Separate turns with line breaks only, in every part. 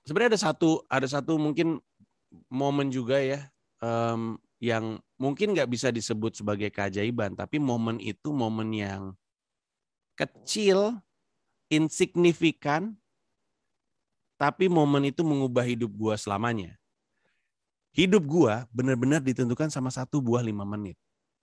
sebenarnya ada satu mungkin momen juga ya, yang mungkin nggak bisa disebut sebagai keajaiban, tapi momen itu momen yang kecil, insignifikan, tapi momen itu mengubah hidup gua selamanya. Hidup gua benar-benar ditentukan sama 1 buah 5 menit.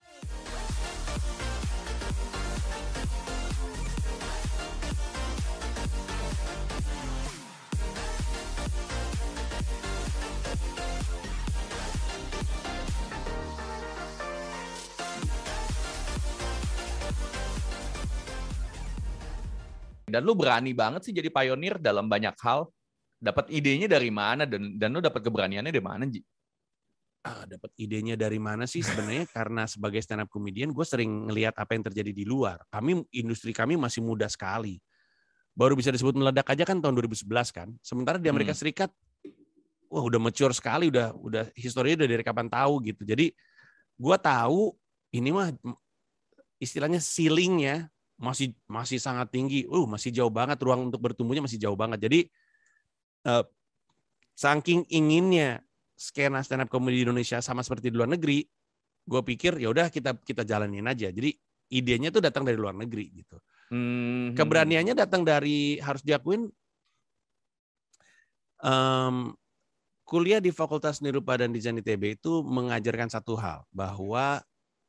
Dan lu berani banget sih jadi pionir dalam banyak hal. Dapat idenya dari mana dan lu dapat keberaniannya dari mana, Ji?
Dapat idenya dari mana sih sebenarnya? Karena sebagai stand up comedian gue sering ngelihat apa yang terjadi di luar. Industri kami masih muda sekali. Baru bisa disebut meledak aja kan tahun 2011 kan. Sementara di Amerika Serikat wah udah mature sekali, udah historinya udah dari kapan tahu gitu. Jadi gue tahu ini mah istilahnya ceilingnya masih sangat tinggi. Masih jauh banget, ruang untuk bertumbuhnya masih jauh banget. Jadi saking inginnya skena stand up comedy di Indonesia sama seperti di luar negeri, gue pikir ya udah kita jalanin aja. Jadi idenya tuh datang dari luar negeri gitu. Keberaniannya datang dari, harus diakuin, kuliah di Fakultas Seni Rupa dan Desain ITB itu mengajarkan satu hal, bahwa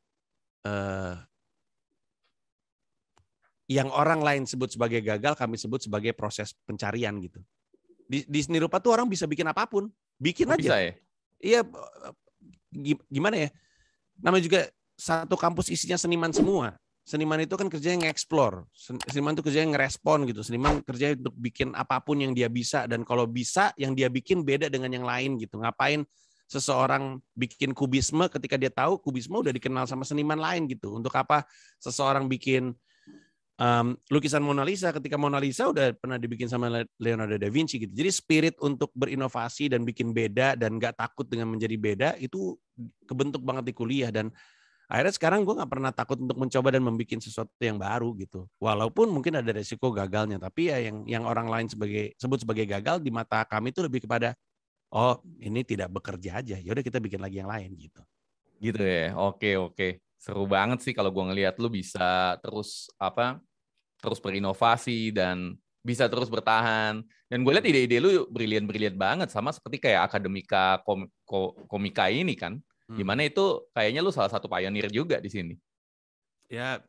yang orang lain sebut sebagai gagal, kami sebut sebagai proses pencarian gitu. Di seni rupa tuh orang bisa bikin apapun, bikin aja.
Bisa ya?
Iya, gimana ya? Namanya juga satu kampus isinya seniman semua. Seniman itu kan kerjanya nge-explore. Seniman itu kerjanya ngerespon gitu. Seniman kerjanya untuk bikin apapun yang dia bisa, dan kalau bisa yang dia bikin beda dengan yang lain gitu. Ngapain seseorang bikin kubisme ketika dia tahu kubisme udah dikenal sama seniman lain gitu? Untuk apa seseorang bikin lukisan Mona Lisa ketika Mona Lisa udah pernah dibikin sama Leonardo da Vinci gitu. Jadi spirit untuk berinovasi dan bikin beda dan nggak takut dengan menjadi beda itu kebentuk banget di kuliah, dan akhirnya sekarang gue nggak pernah takut untuk mencoba dan membuat sesuatu yang baru gitu. Walaupun mungkin ada resiko gagalnya, tapi ya yang orang lain sebut sebagai gagal di mata kami itu lebih kepada ini tidak bekerja aja. Ya udah kita bikin lagi yang lain gitu.
Gitu ya. Oke. Seru banget sih kalau gue ngelihat lu bisa terus berinovasi dan bisa terus bertahan. Dan gue lihat ide-ide lu brilian-brilian banget, sama seperti kayak Akademika Komika ini kan. Dimana itu kayaknya lu salah satu pionir juga di sini.
Ya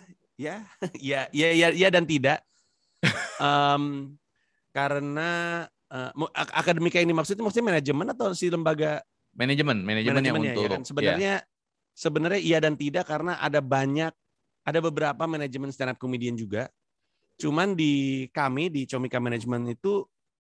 dan tidak. Karena Akademika ini maksudnya manajemen atau si lembaga
manajemen yang untuk
ya kan? Sebenarnya iya dan tidak, karena ada beberapa manajemen stand up comedian juga. Cuman di Comika Management itu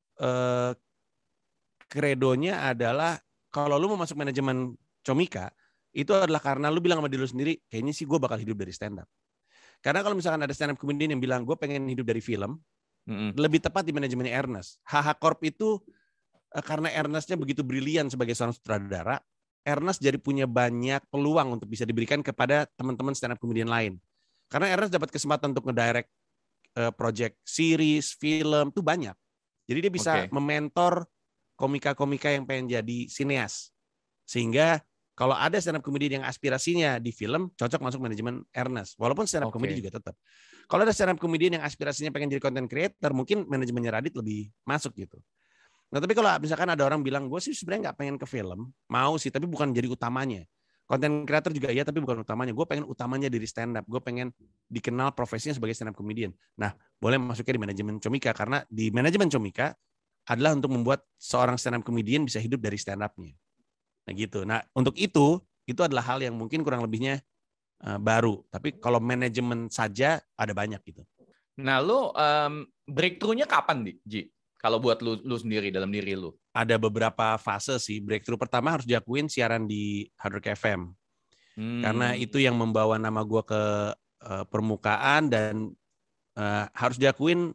kredonya adalah kalau lu mau masuk manajemen Comika itu adalah karena lu bilang sama diri lu sendiri, kayaknya sih gue bakal hidup dari stand up. Karena kalau misalkan ada stand up comedian yang bilang gue pengen hidup dari film, lebih tepat di manajemennya Ernest. HH Corp itu karena Ernestnya begitu brilian sebagai seorang sutradara, Ernest jadi punya banyak peluang untuk bisa diberikan kepada teman-teman stand up comedian lain. Karena Ernest dapat kesempatan untuk ngedirect project series, film, itu banyak. Jadi dia bisa mementor komika-komika yang pengen jadi sineas. Sehingga kalau ada stand up comedian yang aspirasinya di film, cocok masuk manajemen Ernest. Walaupun stand up comedy juga tetap. Kalau ada stand up comedian yang aspirasinya pengen jadi content creator, mungkin manajemennya Radit lebih masuk gitu. Nah, tapi kalau misalkan ada orang bilang, gue sih sebenarnya nggak pengen ke film, mau sih, tapi bukan jadi utamanya. Content creator juga iya, tapi bukan utamanya. Gue pengen utamanya dari stand up. Gue pengen dikenal profesinya sebagai stand up comedian. Nah, boleh masuknya di manajemen Comika, karena di manajemen Comika adalah untuk membuat seorang stand up comedian bisa hidup dari stand up-nya. Nah gitu. Nah untuk itu adalah hal yang mungkin kurang lebihnya baru. Tapi kalau manajemen saja ada banyak gitu.
Nah lu breakthrough-nya kapan, Ji? Kalau buat lu sendiri dalam diri lu?
Ada beberapa fase sih. Breakthrough pertama harus diakuin siaran di Hard Rock FM. Karena itu yang membawa nama gue ke permukaan, dan harus diakuin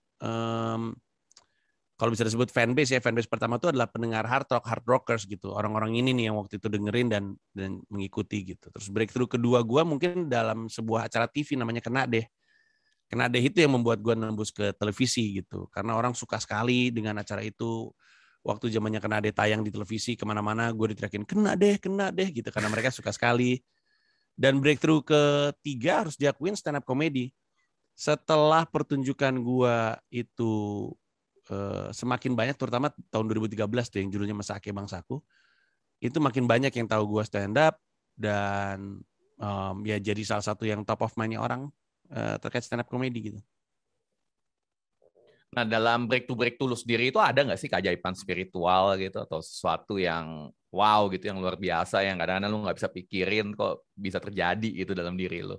kalau bisa disebut fanbase ya, fanbase pertama itu adalah pendengar hard rockers gitu. Orang-orang ini nih yang waktu itu dengerin dan mengikuti gitu. Terus breakthrough kedua gue mungkin dalam sebuah acara TV namanya Kena Kena Deh itu yang membuat gue nembus ke televisi gitu. Karena orang suka sekali dengan acara itu. Waktu zamannya Kena Deh tayang di televisi, kemana-mana gue diteriakin, kena deh gitu. Karena mereka suka sekali. Dan breakthrough ketiga harus diakuin stand up comedy. Setelah pertunjukan gue itu semakin banyak, terutama tahun 2013 tuh yang judulnya Mesake Bangsaku, itu makin banyak yang tahu gue stand up. Dan ya jadi salah satu yang top of mind-nya orang terkait stand up comedy gitu.
Nah, dalam breakthrough lu sendiri itu ada nggak sih keajaiban spiritual gitu atau sesuatu yang wow gitu, yang luar biasa yang kadang-kadang lu nggak bisa pikirin kok bisa terjadi gitu dalam diri lu?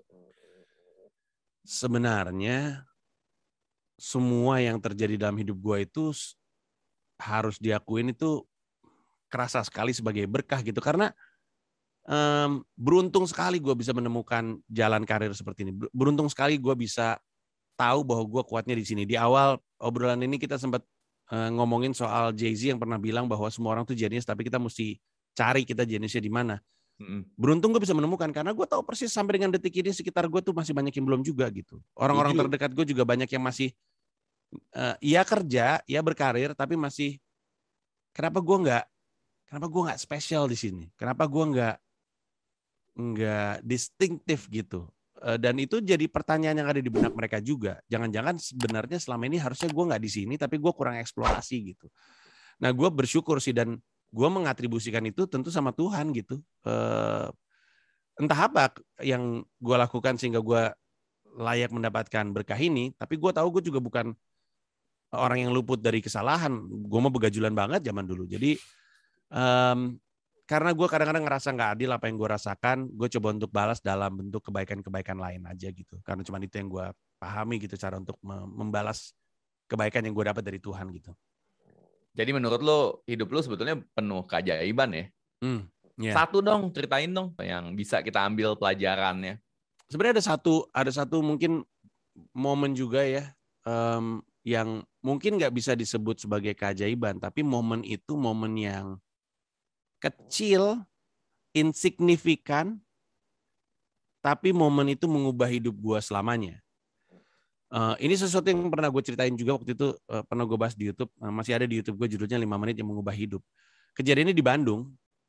Sebenarnya semua yang terjadi dalam hidup gue itu harus diakuin itu kerasa sekali sebagai berkah gitu. Karena beruntung sekali gue bisa menemukan jalan karir seperti ini. Beruntung sekali gue bisa tahu bahwa gue kuatnya di sini. Di awal obrolan ini kita sempat ngomongin soal Jay-Z yang pernah bilang bahwa semua orang tuh jenius, tapi kita mesti cari kita jeniusnya di mana. Beruntung gue bisa menemukan, karena gue tahu persis sampai dengan detik ini sekitar gue tuh masih banyak yang belum juga gitu. Orang-orang terdekat gue juga banyak yang masih ia kerja, ia berkarir, tapi masih kenapa gue nggak spesial di sini? Kenapa gue nggak distinktif gitu? Dan itu jadi pertanyaan yang ada di benak mereka juga. Jangan-jangan sebenarnya selama ini harusnya gue nggak di sini, tapi gue kurang eksplorasi gitu. Nah, gue bersyukur sih, dan gue mengatribusikan itu tentu sama Tuhan gitu. Entah apa yang gue lakukan sehingga gue layak mendapatkan berkah ini, tapi gue tahu gue juga bukan orang yang luput dari kesalahan. Gue mah begajulan banget zaman dulu. Jadi karena gue kadang-kadang ngerasa nggak adil apa yang gue rasakan, gue coba untuk balas dalam bentuk kebaikan-kebaikan lain aja gitu. Karena cuma itu yang gue pahami gitu, cara untuk membalas kebaikan yang gue dapat dari Tuhan gitu.
Jadi menurut lo hidup lo sebetulnya penuh keajaiban ya?
Yeah.
Satu dong, ceritain dong yang bisa kita ambil pelajarannya.
Sebenarnya ada satu mungkin momen juga ya, yang mungkin nggak bisa disebut sebagai keajaiban, tapi momen itu momen yang kecil, insignifikan, tapi momen itu mengubah hidup gue selamanya. Ini sesuatu yang pernah gue ceritain juga waktu itu, pernah gue bahas di YouTube, masih ada di YouTube gue, judulnya 5 menit yang mengubah hidup. Kejadian ini di Bandung.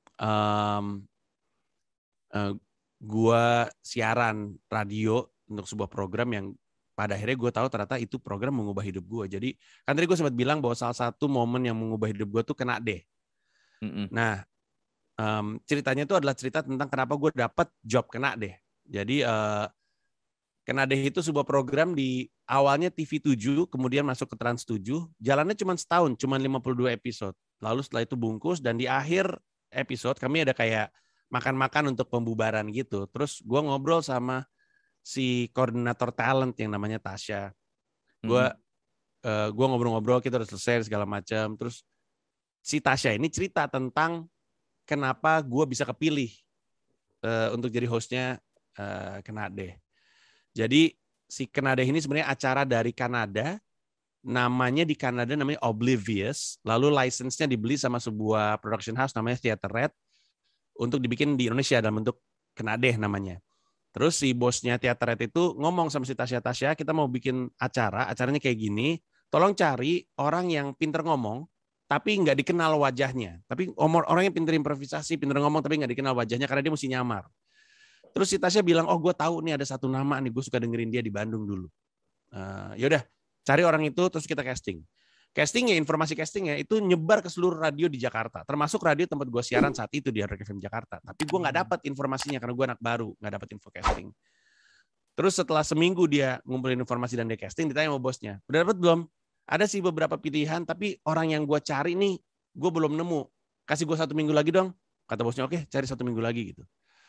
Gue siaran radio untuk sebuah program yang pada akhirnya gue tahu ternyata itu program mengubah hidup gue. Jadi kan tadi gue sempat bilang bahwa salah satu momen yang mengubah hidup gue tuh Kena Deh. Nah, ceritanya itu adalah cerita tentang kenapa gue dapat job Kena Deh. Jadi Kena Deh itu sebuah program di awalnya TV 7, kemudian masuk ke Trans 7. Jalannya cuma setahun, cuma 52 episode. Lalu setelah itu bungkus, dan di akhir episode kami ada kayak makan-makan untuk pembubaran gitu. Terus gue ngobrol sama si koordinator talent yang namanya Tasya. Gue ngobrol-ngobrol, kita udah selesai segala macam. Terus si Tasya ini cerita tentang kenapa gue bisa kepilih untuk jadi hostnya Kena Deh. Jadi si Kena Deh ini sebenarnya acara dari Kanada, namanya di Kanada namanya Oblivious, lalu license-nya dibeli sama sebuah production house namanya Theater Red untuk dibikin di Indonesia dalam bentuk Kena Deh namanya. Terus si bosnya Theater Red itu ngomong sama si Tasya, kita mau bikin acaranya kayak gini, tolong cari orang yang pinter ngomong, tapi nggak dikenal wajahnya. Tapi orang yang pinter improvisasi, pinter ngomong, tapi nggak dikenal wajahnya karena dia mesti nyamar. Terus si Tasya bilang, oh gue tahu nih ada satu nama nih, gue suka dengerin dia di Bandung dulu. Yaudah, cari orang itu, terus kita casting. Informasi castingnya itu nyebar ke seluruh radio di Jakarta, termasuk radio tempat gue siaran saat itu di Hard Rock FM Jakarta. Tapi gue nggak dapat informasinya karena gue anak baru, nggak dapat info casting. Terus setelah seminggu dia ngumpulin informasi dan dia casting, ditanya sama bosnya, udah dapat belum? Ada sih beberapa pilihan, tapi orang yang gue cari nih, gue belum nemu. Kasih gue 1 minggu lagi dong. Kata bosnya, oke, cari 1 minggu lagi gitu.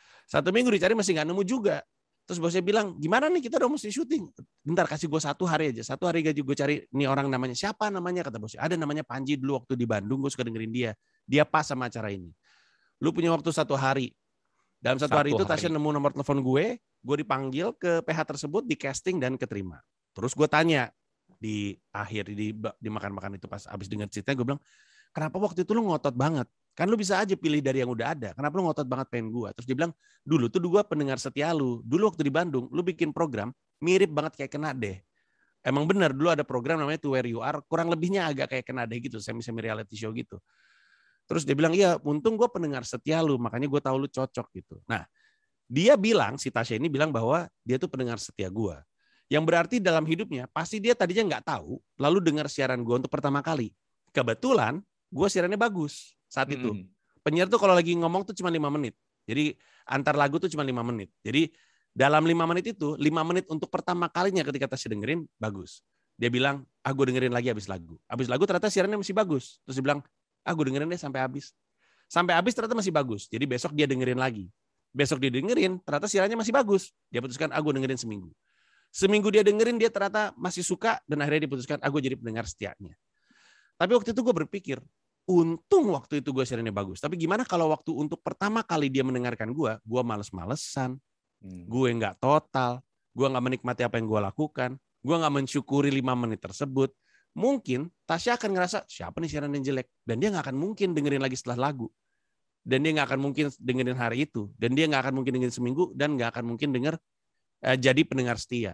1 minggu dicari masih nggak nemu juga. Terus bosnya bilang, gimana nih kita udah mesti syuting. Bentar, kasih gue 1 hari aja. 1 hari gaji gue cari nih orang namanya. Siapa namanya? Kata bosnya. Ada namanya Panji dulu waktu di Bandung. Gue suka dengerin dia. Dia pas sama acara ini. Lu punya waktu 1 hari. Dalam 1 hari itu Tasya nemu nomor telepon gue. Gue dipanggil ke PH tersebut, di casting dan keterima. Terus gue tanya di akhir, di makan-makan itu pas abis dengar ceritanya, gue bilang, kenapa waktu itu lu ngotot banget? Kan lu bisa aja pilih dari yang udah ada. Kenapa lu ngotot banget pengen gue? Terus dia bilang, dulu tuh gue pendengar setia lu. Dulu waktu di Bandung, lu bikin program, mirip banget kayak Kenade. Emang benar dulu ada program namanya To Where You Are, kurang lebihnya agak kayak Kenade gitu, semi reality show gitu. Terus dia bilang, iya untung gue pendengar setia lu, makanya gue tahu lu cocok gitu. Nah, dia bilang, si Tasya ini bilang bahwa dia tuh pendengar setia gue. Yang berarti dalam hidupnya, pasti dia tadinya nggak tahu, lalu dengar siaran gue untuk pertama kali. Kebetulan, gue siarannya bagus saat itu. Penyiar tuh kalau lagi ngomong tuh cuma 5 menit. Jadi antar lagu tuh cuma 5 menit. Jadi dalam 5 menit itu, 5 menit untuk pertama kalinya ketika Tasya dengerin, bagus. Dia bilang, gue dengerin lagi habis lagu. Habis lagu ternyata siarannya masih bagus. Terus dia bilang, gue dengerin deh sampai habis. Sampai habis ternyata masih bagus. Jadi besok dia dengerin lagi. Besok dia dengerin, ternyata siarannya masih bagus. Dia putuskan, gue dengerin seminggu. Seminggu dia dengerin, dia ternyata masih suka, dan akhirnya dia putuskan, gue jadi pendengar setianya. Tapi waktu itu gue berpikir, untung waktu itu gue siarannya bagus. Tapi gimana kalau waktu untuk pertama kali dia mendengarkan gue males-malesan, gue nggak total, gue nggak menikmati apa yang gue lakukan, gue nggak mensyukuri 5 menit tersebut. Mungkin Tasya akan ngerasa, siapa nih siaran yang jelek? Dan dia nggak akan mungkin dengerin lagi setelah lagu. Dan dia nggak akan mungkin dengerin hari itu. Dan dia nggak akan mungkin dengerin seminggu. Dan nggak akan mungkin jadi pendengar setia.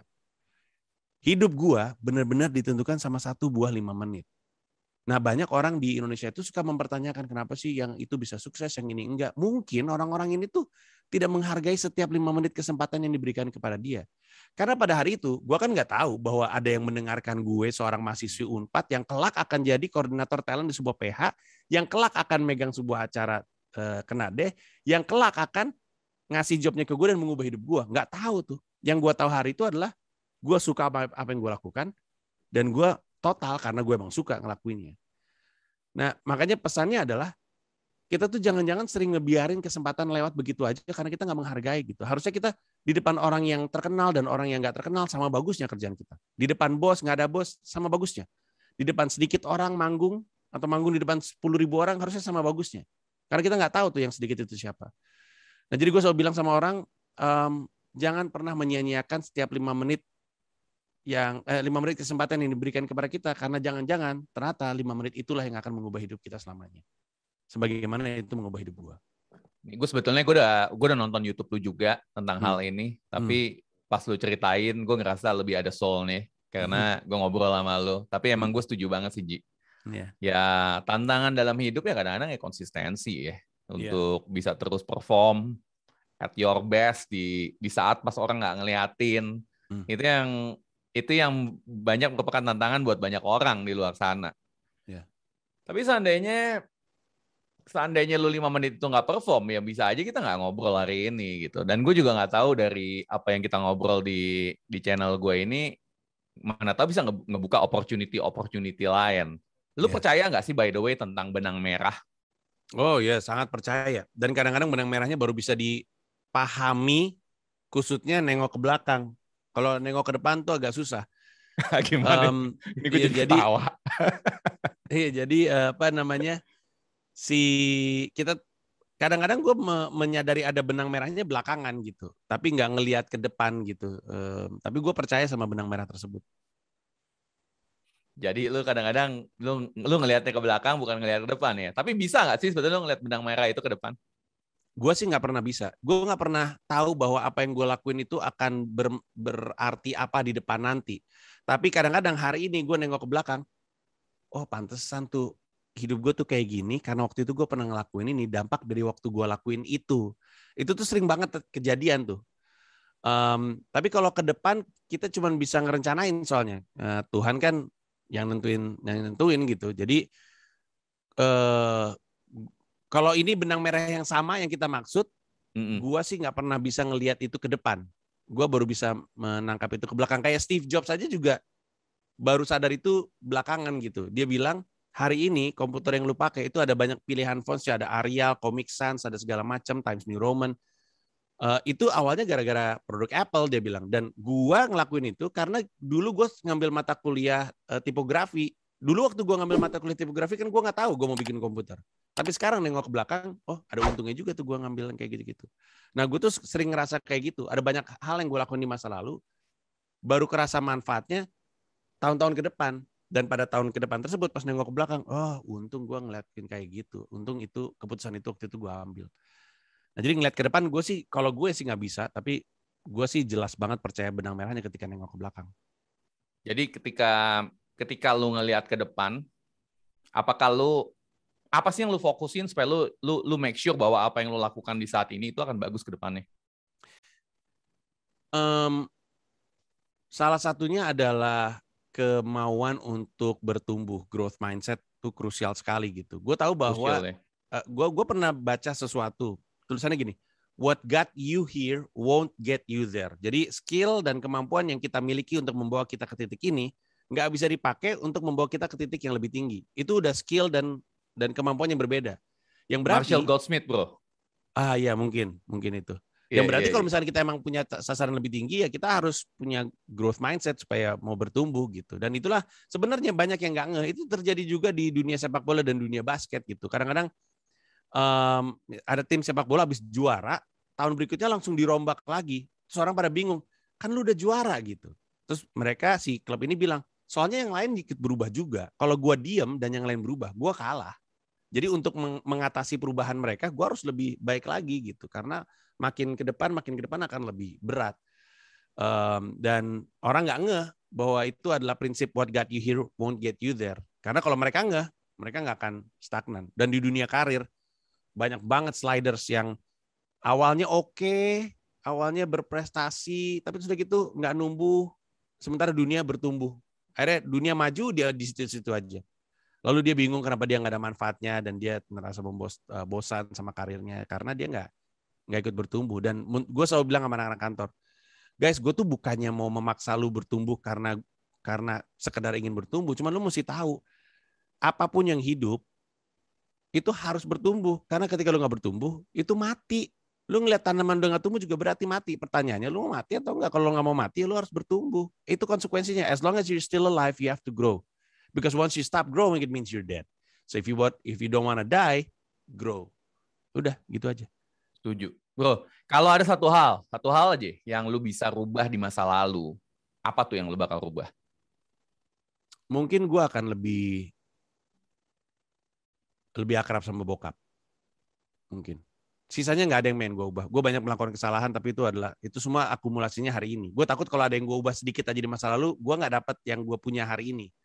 Hidup gue benar-benar ditentukan sama 1 buah 5 menit. Nah, banyak orang di Indonesia itu suka mempertanyakan kenapa sih yang itu bisa sukses, yang ini enggak. Mungkin orang-orang ini tuh tidak menghargai setiap 5 menit kesempatan yang diberikan kepada dia. Karena pada hari itu, gue kan nggak tahu bahwa ada yang mendengarkan gue, seorang mahasiswi Unpad, yang kelak akan jadi koordinator talent di sebuah PH, yang kelak akan megang sebuah acara Kenade, yang kelak akan ngasih jobnya ke gue dan mengubah hidup gue. Nggak tahu tuh. Yang gue tahu hari itu adalah gue suka apa yang gue lakukan, dan gue total karena gue emang suka ngelakuinnya. Nah, makanya pesannya adalah kita tuh jangan-jangan sering ngebiarin kesempatan lewat begitu aja karena kita nggak menghargai gitu. Harusnya kita di depan orang yang terkenal dan orang yang nggak terkenal sama bagusnya kerjaan kita. Di depan bos nggak ada bos sama bagusnya. Di depan sedikit orang manggung atau manggung di depan 10.000 orang harusnya sama bagusnya. Karena kita nggak tahu tuh yang sedikit itu siapa. Nah, jadi gue selalu bilang sama orang, jangan pernah menyia-nyiakan setiap 5 menit 5 menit kesempatan yang diberikan kepada kita, karena jangan-jangan ternyata 5 menit itulah yang akan mengubah hidup kita selamanya. Sebagaimana itu mengubah hidup gue.
Gue sebetulnya gue udah nonton YouTube lu juga tentang hal ini, tapi pas lu ceritain gue ngerasa lebih ada soul nih karena gue ngobrol sama lu. Tapi emang gue setuju banget sih, Ji. Ya tantangan dalam hidup ya kadang-kadang ya konsistensi ya untuk bisa terus perform at your best di saat pas orang nggak ngeliatin. Itu yang banyak merupakan tantangan buat banyak orang di luar sana. Tapi seandainya lu 5 menit itu nggak perform, ya bisa aja kita nggak ngobrol hari ini gitu. Dan gue juga nggak tahu dari apa yang kita ngobrol di channel gue ini, mana tahu bisa ngebuka opportunity lain. Lu percaya nggak sih by the way tentang benang merah?
Oh ya, sangat percaya. Dan kadang-kadang benang merahnya baru bisa dipahami kusutnya nengok ke belakang. Kalau nengok ke depan tuh agak susah.
Gimana? Ini gue jadi ketawa.
Jadi apa namanya? Kita kadang-kadang gue menyadari ada benang merahnya belakangan gitu, tapi nggak ngelihat ke depan gitu. Tapi gue percaya sama benang merah tersebut.
Jadi lu kadang-kadang lu ngelihatnya ke belakang bukan ngelihat ke depan ya. Tapi bisa nggak sih sebetulnya lu ngelihat benang merah itu ke depan?
Gue sih nggak pernah bisa. Gue nggak pernah tahu bahwa apa yang gue lakuin itu akan berarti apa di depan nanti. Tapi kadang-kadang hari ini gue nengok ke belakang, oh pantesan tuh hidup gue tuh kayak gini karena waktu itu gue pernah ngelakuin ini, dampak dari waktu gue lakuin itu tuh sering banget kejadian tuh. Tapi kalau ke depan kita cuma bisa ngerencanain soalnya Tuhan kan yang nentuin gitu. Jadi kalau ini benang merah yang sama yang kita maksud, gue sih nggak pernah bisa ngelihat itu ke depan. Gue baru bisa menangkap itu ke belakang. Kayak Steve Jobs aja juga baru sadar itu belakangan gitu. Dia bilang, hari ini komputer yang lu pakai itu ada banyak pilihan fonts, ada Arial, Comic Sans, ada segala macam, Times New Roman. Itu awalnya gara-gara produk Apple, dia bilang. Dan gua ngelakuin itu karena dulu gue ngambil mata kuliah tipografi. Dulu waktu gue ngambil mata kuliah tipografi kan gue nggak tahu gue mau bikin komputer. Tapi sekarang nengok ke belakang, oh ada untungnya juga tuh gue ngambil yang kayak gitu-gitu. Nah gue tuh sering ngerasa kayak gitu. Ada banyak hal yang gue lakuin di masa lalu, baru kerasa manfaatnya tahun-tahun ke depan. Dan pada tahun ke depan tersebut pas nengok ke belakang, oh untung gue ngeliatin kayak gitu. Untung itu keputusan itu waktu itu gue ambil. Nah jadi ngeliat ke depan gue sih, kalau gue sih nggak bisa, tapi gue sih jelas banget percaya benang merahnya ketika nengok ke belakang.
Jadi ketika lu ngelihat ke depan, apa sih yang lu fokusin supaya lu make sure bahwa apa yang lu lakukan di saat ini itu akan bagus ke depannya?
Salah satunya adalah kemauan untuk bertumbuh, growth mindset itu krusial sekali gitu. Gue tahu bahwa
Crucial, ya?
gue pernah baca sesuatu, tulisannya gini, what got you here won't get you there. Jadi skill dan kemampuan yang kita miliki untuk membawa kita ke titik ini nggak bisa dipakai untuk membawa kita ke titik yang lebih tinggi. Itu udah skill dan kemampuan yang berbeda. Yang berarti
Marshall Goldsmith, bro.
Ya mungkin itu. Yang
Yeah,
berarti
yeah,
kalau
yeah.
misalnya kita emang punya sasaran lebih tinggi, ya kita harus punya growth mindset supaya mau bertumbuh gitu. Dan itulah sebenarnya banyak yang nggak ngeh. Itu terjadi juga di dunia sepak bola dan dunia basket gitu. Kadang-kadang ada tim sepak bola habis juara, tahun berikutnya langsung dirombak lagi. Terus orang pada bingung, kan lu udah juara gitu. Terus mereka, si klub ini bilang, soalnya yang lain dikit berubah juga. Kalau gua diem dan yang lain berubah, gua kalah. Jadi untuk mengatasi perubahan mereka, gua harus lebih baik lagi gitu. Karena makin ke depan akan lebih berat. Dan orang nggak ngeh bahwa itu adalah prinsip what got you here won't get you there. Karena kalau mereka ngeh, mereka nggak akan stagnan. Dan di dunia karir, banyak banget sliders yang awalnya oke, awalnya berprestasi, tapi sudah gitu nggak numbuh, sementara dunia bertumbuh. Akhirnya dunia maju, dia di situ-situ aja. Lalu dia bingung kenapa dia nggak ada manfaatnya dan dia merasa bosan sama karirnya karena dia nggak ikut bertumbuh. Dan gue selalu bilang sama anak-anak kantor, guys, gue tuh bukannya mau memaksa lu bertumbuh karena sekedar ingin bertumbuh, cuman lu mesti tahu apapun yang hidup itu harus bertumbuh. Karena ketika lu nggak bertumbuh, itu mati. Lu ngeliat tanaman udah nggak tumbuh juga berarti mati. Pertanyaannya, lu mau mati atau enggak? Kalau lu nggak mau mati, lu harus bertumbuh. Itu konsekuensinya. As long as you're still alive, you have to grow. Because once you stop growing, it means you're dead. So if you don't wanna die, grow. Udah, gitu aja.
Setuju. Bro, kalau ada satu hal aja yang lu bisa rubah di masa lalu, apa tuh yang lu bakal rubah?
Mungkin gue akan lebih akrab sama bokap. Mungkin. Sisanya nggak ada yang main gue ubah. Gue banyak melakukan kesalahan, tapi itu semua akumulasinya hari ini. Gue takut kalau ada yang gue ubah sedikit aja di masa lalu, gue nggak dapat yang gue punya hari ini.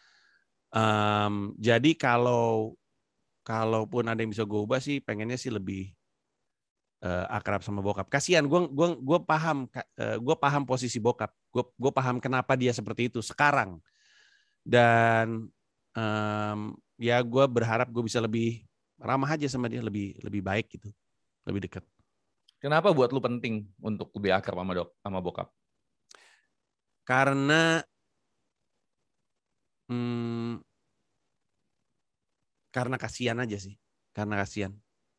Jadi kalaupun ada yang bisa gue ubah sih, pengennya sih lebih akrab sama bokap. Kasihan, gue paham posisi bokap. Gue paham kenapa dia seperti itu sekarang. Dan ya gue berharap gue bisa lebih ramah aja sama dia, lebih baik gitu, lebih dekat.
Kenapa buat lu penting untuk lebih akrab sama bokap?
Karena kasihan aja sih, karena kasihan.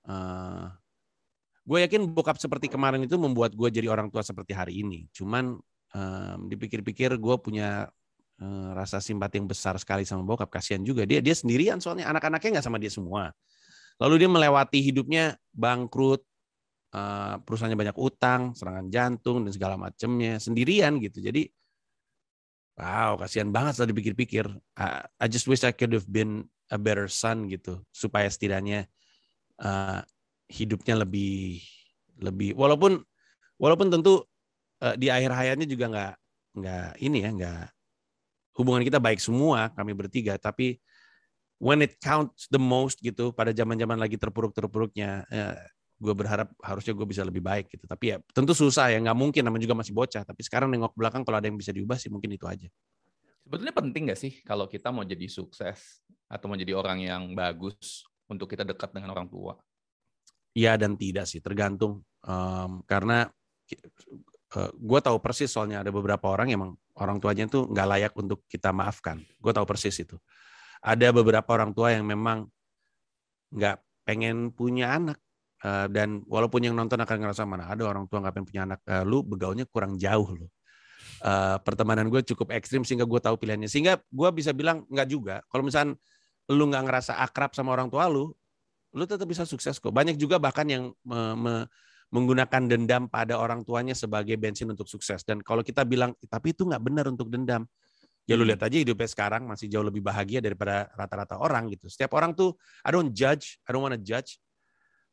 Gue yakin bokap seperti kemarin itu membuat gue jadi orang tua seperti hari ini. Cuman dipikir-pikir gue punya rasa simpati yang besar sekali sama bokap. Kasihan juga dia sendirian, soalnya anak-anaknya nggak sama dia semua. Lalu dia melewati hidupnya bangkrut, perusahaannya banyak utang, serangan jantung dan segala macamnya sendirian gitu. Jadi wow, kasihan banget setelah dipikir-pikir. I just wish I could have been a better son gitu, supaya setidaknya hidupnya lebih walaupun tentu di akhir hayatnya juga nggak hubungan kita baik semua kami bertiga, tapi when it counts the most gitu, pada zaman-zaman lagi terpuruk-terpuruknya, gue berharap harusnya gue bisa lebih baik gitu. Tapi ya tentu susah ya, nggak mungkin, namanya juga masih bocah. Tapi sekarang nengok belakang, kalau ada yang bisa diubah sih mungkin itu aja.
Sebetulnya penting nggak sih kalau kita mau jadi sukses atau mau jadi orang yang bagus untuk kita dekat dengan orang tua?
Iya dan tidak sih, tergantung. Karena gue tahu persis, soalnya ada beberapa orang yang emang orang tuanya tuh nggak layak untuk kita maafkan. Gue tahu persis itu. Ada beberapa orang tua yang memang nggak pengen punya anak. Dan walaupun yang nonton akan ngerasa, mana ada orang tua nggak pengen punya anak. Lu begaulnya kurang jauh loh. Pertemanan gue cukup ekstrim sehingga gue tahu pilihannya. Sehingga gue bisa bilang nggak juga. Kalau misalnya lu nggak ngerasa akrab sama orang tua lu tetap bisa sukses kok. Banyak juga bahkan yang menggunakan dendam pada orang tuanya sebagai bensin untuk sukses. Dan kalau kita bilang, tapi itu nggak benar untuk dendam. Ya lu lihat aja hidupnya sekarang masih jauh lebih bahagia daripada rata-rata orang gitu. Setiap orang tuh, I don't want to judge.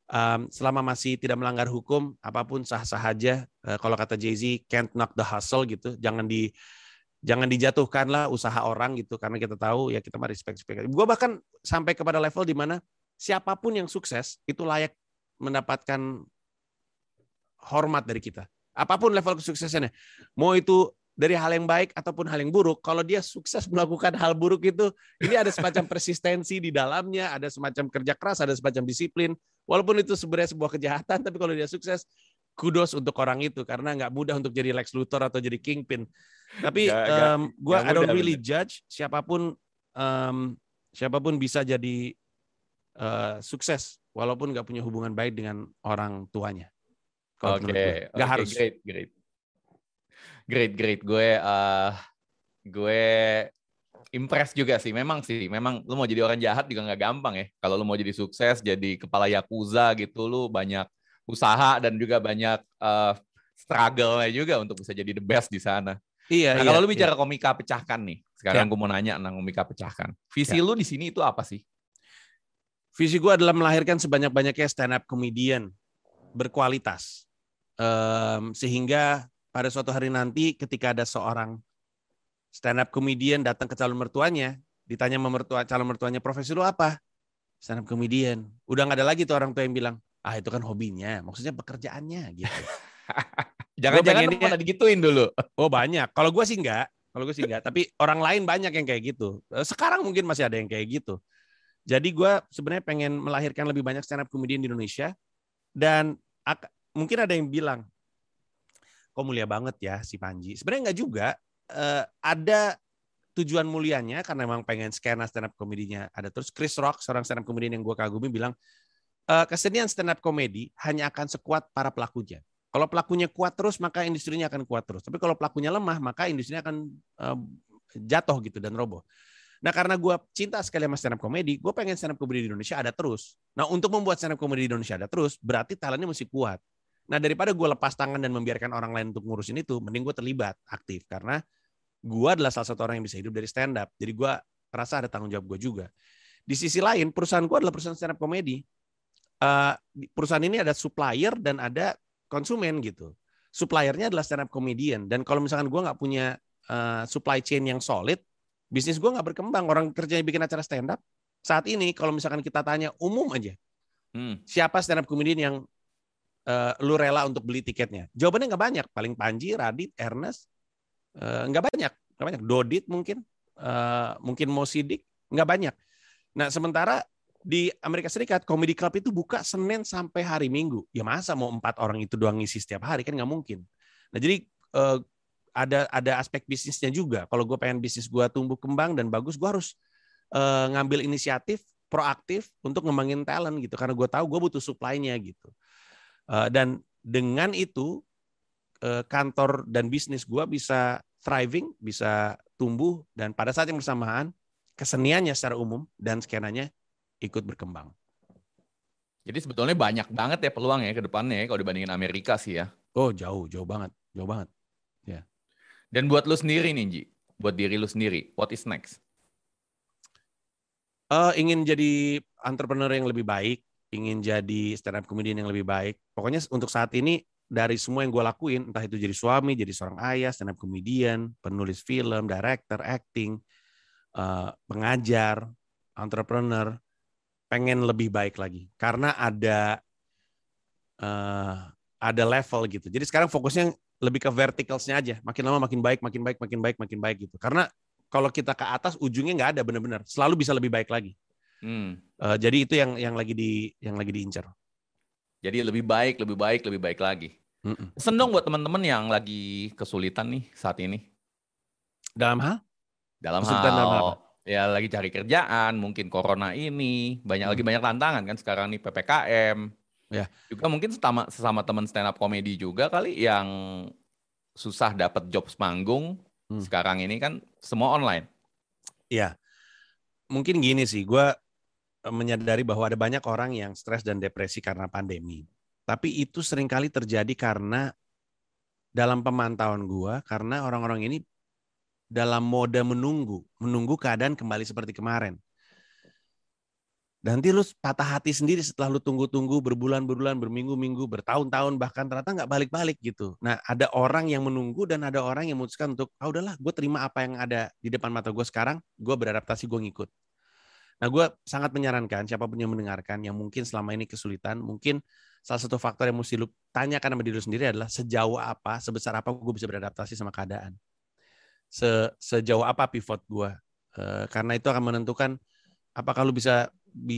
selama masih tidak melanggar hukum, apapun sah-sah aja. Kalau kata Jay-Z, can't knock the hustle gitu. Jangan dijatuhkanlah usaha orang gitu, karena kita tahu ya kita mah respect. Gue bahkan sampai kepada level di mana siapapun yang sukses itu layak mendapatkan hormat dari kita. Apapun level kesuksesannya. Mau itu dari hal yang baik ataupun hal yang buruk, kalau dia sukses melakukan hal buruk itu, ini ada semacam persistensi di dalamnya, ada semacam kerja keras, ada semacam disiplin. Walaupun itu sebenarnya sebuah kejahatan, tapi kalau dia sukses, kudos untuk orang itu, karena nggak mudah untuk jadi Lex Luthor atau jadi Kingpin. Tapi gue I don't really judge siapapun bisa jadi sukses, walaupun nggak punya hubungan baik dengan orang tuanya.
Oke,
harus.
Great. Gue impress juga sih. Memang lu mau jadi orang jahat juga nggak gampang ya. Kalau lu mau jadi sukses, jadi kepala yakuza gitu, lu banyak usaha dan juga banyak struggle-nya juga untuk bisa jadi the best di sana.
Iya.
Kalau lu bicara Komika Pecahkan nih, sekarang gue mau nanya tentang Komika Pecahkan. Visi lu di sini itu apa sih?
Visi gue adalah melahirkan sebanyak-banyaknya stand up comedian berkualitas. Sehingga pada suatu hari nanti ketika ada seorang stand up comedian datang ke calon mertuanya, ditanya sama calon mertuanya, profesi lu apa? Stand up comedian. Udah nggak ada lagi tuh orang tua yang bilang, itu kan hobinya, maksudnya pekerjaannya gitu.
Jangan-jangan pernah digituin dulu.
Oh banyak. Kalau gue sih enggak. Tapi orang lain banyak yang kayak gitu. Sekarang mungkin masih ada yang kayak gitu. Jadi gue sebenarnya pengen melahirkan lebih banyak stand up comedian di Indonesia. Dan mungkin ada yang bilang, kok mulia banget ya si Panji. Sebenarnya enggak juga. Ada tujuan mulianya karena memang pengen skena stand up komedinya ada terus. Chris Rock, seorang stand up comedian yang gue kagumi, bilang kesenian stand up comedy hanya akan sekuat para pelakunya. Kalau pelakunya kuat terus, maka industrinya akan kuat terus. Tapi kalau pelakunya lemah, maka industrinya akan jatuh gitu dan roboh. Nah, karena gue cinta sekali sama stand up comedy, gue pengen stand up comedy di Indonesia ada terus. Nah, untuk membuat stand up comedy di Indonesia ada terus, berarti talentnya mesti kuat. Nah, daripada gue lepas tangan dan membiarkan orang lain untuk ngurusin itu, mending gue terlibat aktif. Karena gue adalah salah satu orang yang bisa hidup dari stand up. Jadi gue rasa ada tanggung jawab gue juga. Di sisi lain, perusahaan gue adalah perusahaan stand up comedy. Perusahaan ini ada supplier dan ada konsumen gitu. Suppliernya adalah stand up comedian. Dan kalau misalkan gue nggak punya supply chain yang solid, bisnis gue nggak berkembang. Orang kerjanya bikin acara stand up. Saat ini kalau misalkan kita tanya umum aja, siapa stand up comedian yang lu rela untuk beli tiketnya? Jawabannya nggak banyak. Paling Panji, Radit, Ernest, nggak banyak. Dodit mungkin Mo Sidik, nggak banyak. Nah sementara di Amerika Serikat, comedy club itu buka Senin sampai hari Minggu. Ya masa mau 4 orang itu doang ngisi setiap hari, kan nggak mungkin. Nah jadi ada aspek bisnisnya juga. Kalau gue pengen bisnis gue tumbuh kembang dan bagus, gue harus ngambil inisiatif proaktif untuk ngembangin talent gitu. Karena gue tahu gue butuh supply-nya gitu. Dan dengan itu kantor dan bisnis gue bisa thriving, bisa tumbuh, dan pada saat yang bersamaan keseniannya secara umum dan skenanya ikut berkembang.
Jadi sebetulnya banyak banget ya peluang ya ke depannya ya, kalau dibandingin Amerika sih ya.
Oh jauh banget. Ya.
Dan buat lu sendiri nih Ji, buat diri lu sendiri, what is next?
Ingin jadi entrepreneur yang lebih baik, ingin jadi stand up comedian yang lebih baik. Pokoknya untuk saat ini dari semua yang gue lakuin, entah itu jadi suami, jadi seorang ayah, stand up comedian, penulis film, director, acting, pengajar, entrepreneur, pengen lebih baik lagi karena ada level gitu. Jadi sekarang fokusnya lebih ke verticalsnya aja, makin lama makin baik gitu. Karena kalau kita ke atas ujungnya nggak ada benar-benar, selalu bisa lebih baik lagi. Jadi itu yang lagi diincar. Jadi
lebih baik lagi. Pesan dong buat teman-teman yang lagi kesulitan nih saat ini.
Dalam hal apa?
Ya lagi cari kerjaan, mungkin corona ini lagi banyak tantangan kan sekarang nih PPKM.
Ya.
Juga mungkin sesama teman stand up comedy juga kali yang susah dapat job manggung. Sekarang ini kan semua online.
Ya. Mungkin gini sih, gue menyadari bahwa ada banyak orang yang stres dan depresi karena pandemi. Tapi itu seringkali terjadi karena dalam pemantauan gue, karena orang-orang ini dalam mode menunggu keadaan kembali seperti kemarin. Nanti lu patah hati sendiri setelah lu tunggu-tunggu berbulan-bulan, berminggu-minggu, bertahun-tahun, bahkan ternyata nggak balik-balik gitu. Nah, ada orang yang menunggu dan ada orang yang memutuskan untuk, udahlah, gue terima apa yang ada di depan mata gue sekarang, gue beradaptasi, gue ngikut. Nah, gue sangat menyarankan siapapun yang mendengarkan, yang mungkin selama ini kesulitan, mungkin salah satu faktor yang mesti lu tanyakan sama diri lu sendiri adalah sejauh apa, sebesar apa gue bisa beradaptasi sama keadaan. Sejauh apa pivot gue. Karena itu akan menentukan apakah lu bisa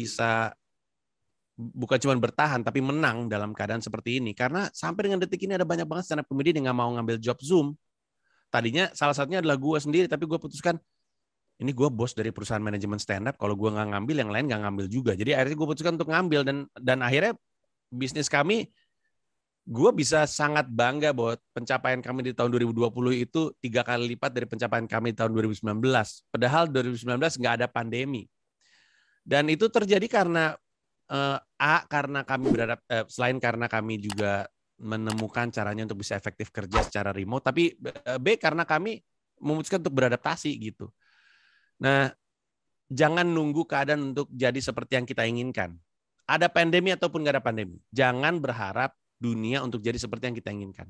bukan cuma bertahan tapi menang dalam keadaan seperti ini. Karena sampai dengan detik ini ada banyak banget stand up comedian yang nggak mau ngambil job Zoom. Tadinya salah satunya adalah gue sendiri, tapi gue putuskan ini gue bos dari perusahaan manajemen stand up. Kalau gue nggak ngambil, yang lain nggak ngambil juga. Jadi akhirnya gue putuskan untuk ngambil dan akhirnya bisnis kami, gue bisa sangat bangga bahwa pencapaian kami di tahun 2020 itu 3 kali lipat dari pencapaian kami di tahun 2019. Padahal 2019 nggak ada pandemi. Dan itu terjadi karena karena kami selain karena kami juga menemukan caranya untuk bisa efektif kerja secara remote, tapi B karena kami memutuskan untuk beradaptasi gitu. Nah, jangan nunggu keadaan untuk jadi seperti yang kita inginkan. Ada pandemi ataupun nggak ada pandemi, jangan berharap dunia untuk jadi seperti yang kita inginkan.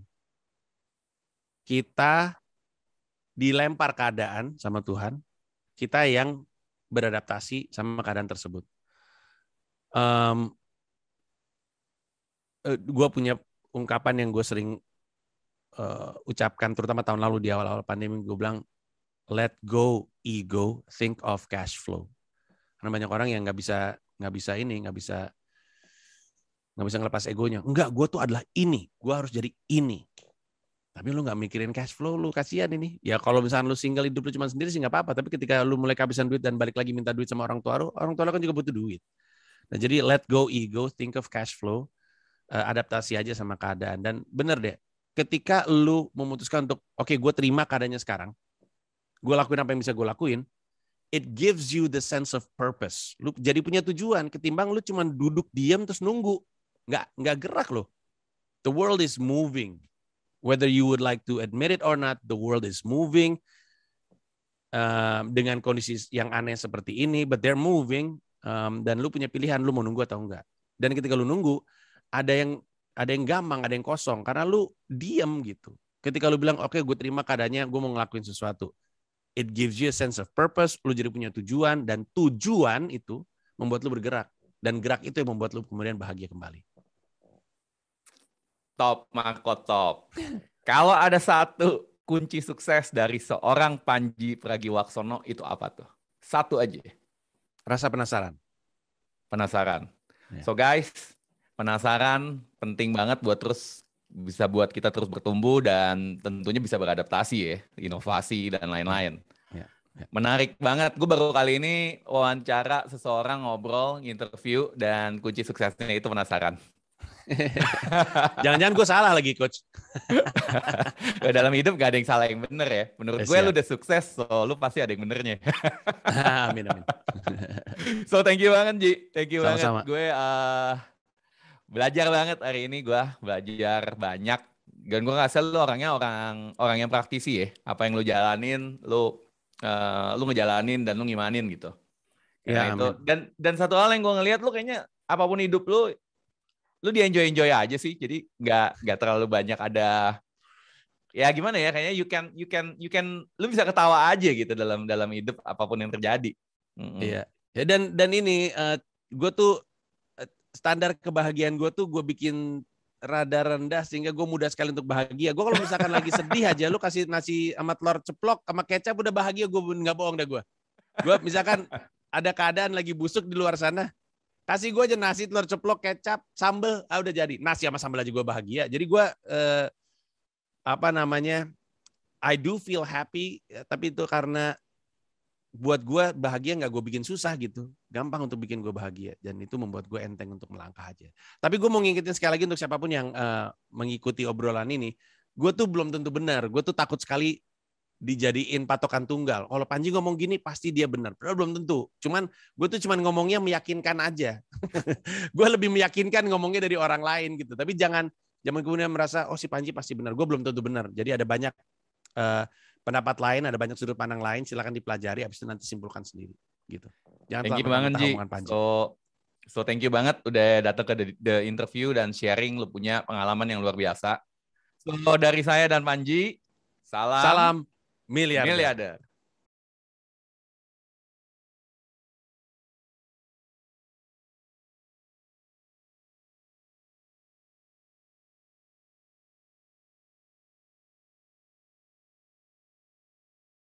Kita dilempar keadaan sama Tuhan, kita yang beradaptasi sama keadaan tersebut. Gue punya ungkapan yang gue sering ucapkan, terutama tahun lalu di awal-awal pandemi, gue bilang, let go ego, think of cash flow. Karena banyak orang yang nggak bisa ngelepas egonya. Enggak, gue tuh adalah ini, gue harus jadi ini. Tapi lu nggak mikirin cash flow, lu kasihan ini. Ya kalau misalnya lu single, hidup lu cuma sendiri sih nggak apa-apa. Tapi ketika lu mulai kehabisan duit dan balik lagi minta duit sama orang tua lu kan juga butuh duit. Nah, jadi let go ego, think of cash flow, adaptasi aja sama keadaan. Dan bener deh, ketika lu memutuskan untuk, oke, gue terima keadaannya sekarang, gue lakuin apa yang bisa gue lakuin, it gives you the sense of purpose. Lu jadi punya tujuan, ketimbang lu cuma duduk diam terus nunggu. Nggak gerak lo. The world is moving. Whether you would like to admit it or not, the world is moving dengan kondisi yang aneh seperti ini, but they're moving, dan lu punya pilihan, lu mau nunggu atau enggak. Dan ketika lu nunggu, ada yang gampang, ada yang kosong, karena lu diam gitu. Ketika lu bilang, oke, gue terima keadaannya, gue mau ngelakuin sesuatu. It gives you a sense of purpose, lu jadi punya tujuan, dan tujuan itu membuat lu bergerak. Dan gerak itu yang membuat lu kemudian bahagia kembali.
Top, Marco, top. Kalau ada satu kunci sukses dari seorang Panji Pragiwaksono, itu apa tuh? Satu aja.
Rasa penasaran.
Penasaran. Yeah. So guys, penasaran penting banget buat kita terus bertumbuh dan tentunya bisa beradaptasi ya, inovasi dan lain-lain. Yeah. Yeah. Menarik banget. Gue baru kali ini wawancara seseorang, ngobrol, interview, dan kunci suksesnya itu penasaran.
Jangan-jangan gue salah lagi, Coach.
Dalam hidup gak ada yang salah yang bener ya. Menurut gue lu udah sukses, so lu pasti ada yang benernya.
Amin.
So thank you banget, Ji. Thank you
Sama-sama.
banget. Gue belajar banget hari ini, gue belajar banyak. Dan gue ngerasa lu orang yang praktisi ya. Apa yang lu jalanin, lu ngejalanin dan lu ngimanin gitu. Karena itu. Dan satu hal yang gue ngelihat, lu kayaknya apapun hidup lu di-enjoy aja sih. Jadi nggak terlalu banyak ada, ya gimana ya, kayaknya you can lu bisa ketawa aja gitu dalam hidup apapun yang terjadi.
Iya. Ya, dan ini gue tuh standar kebahagiaan gue tuh gue bikin rada rendah sehingga gue mudah sekali untuk bahagia. Gue kalau misalkan lagi sedih aja, lu kasih nasi sama telur ceplok sama kecap udah bahagia, gue nggak bohong dah gue. Gue misalkan ada keadaan lagi busuk di luar sana, kasih gue aja nasi, telur ceplok, kecap, sambel, udah jadi. Nasi sama sambel aja gue bahagia. Jadi gue I do feel happy, tapi itu karena buat gue bahagia nggak gue bikin susah gitu. Gampang untuk bikin gue bahagia. Dan itu membuat gue enteng untuk melangkah aja. Tapi gue mau ngingetin sekali lagi untuk siapapun yang mengikuti obrolan ini, gue tuh belum tentu benar. Gue tuh takut sekali dijadiin patokan tunggal. Kalau Panji ngomong gini pasti dia benar. Padahal belum tentu. Gue tuh ngomongnya meyakinkan aja. Gue lebih meyakinkan ngomongnya dari orang lain gitu. Tapi jangan kemudian merasa si Panji pasti benar. Gue belum tentu benar. Jadi ada banyak pendapat lain, ada banyak sudut pandang lain. Silakan dipelajari. Habis itu nanti simpulkan sendiri. Gitu. Jangan
thank you banget, Ji. So So thank you banget udah datang ke the interview dan sharing, lu punya pengalaman yang luar biasa. So dari saya dan Panji, salam
miliarder.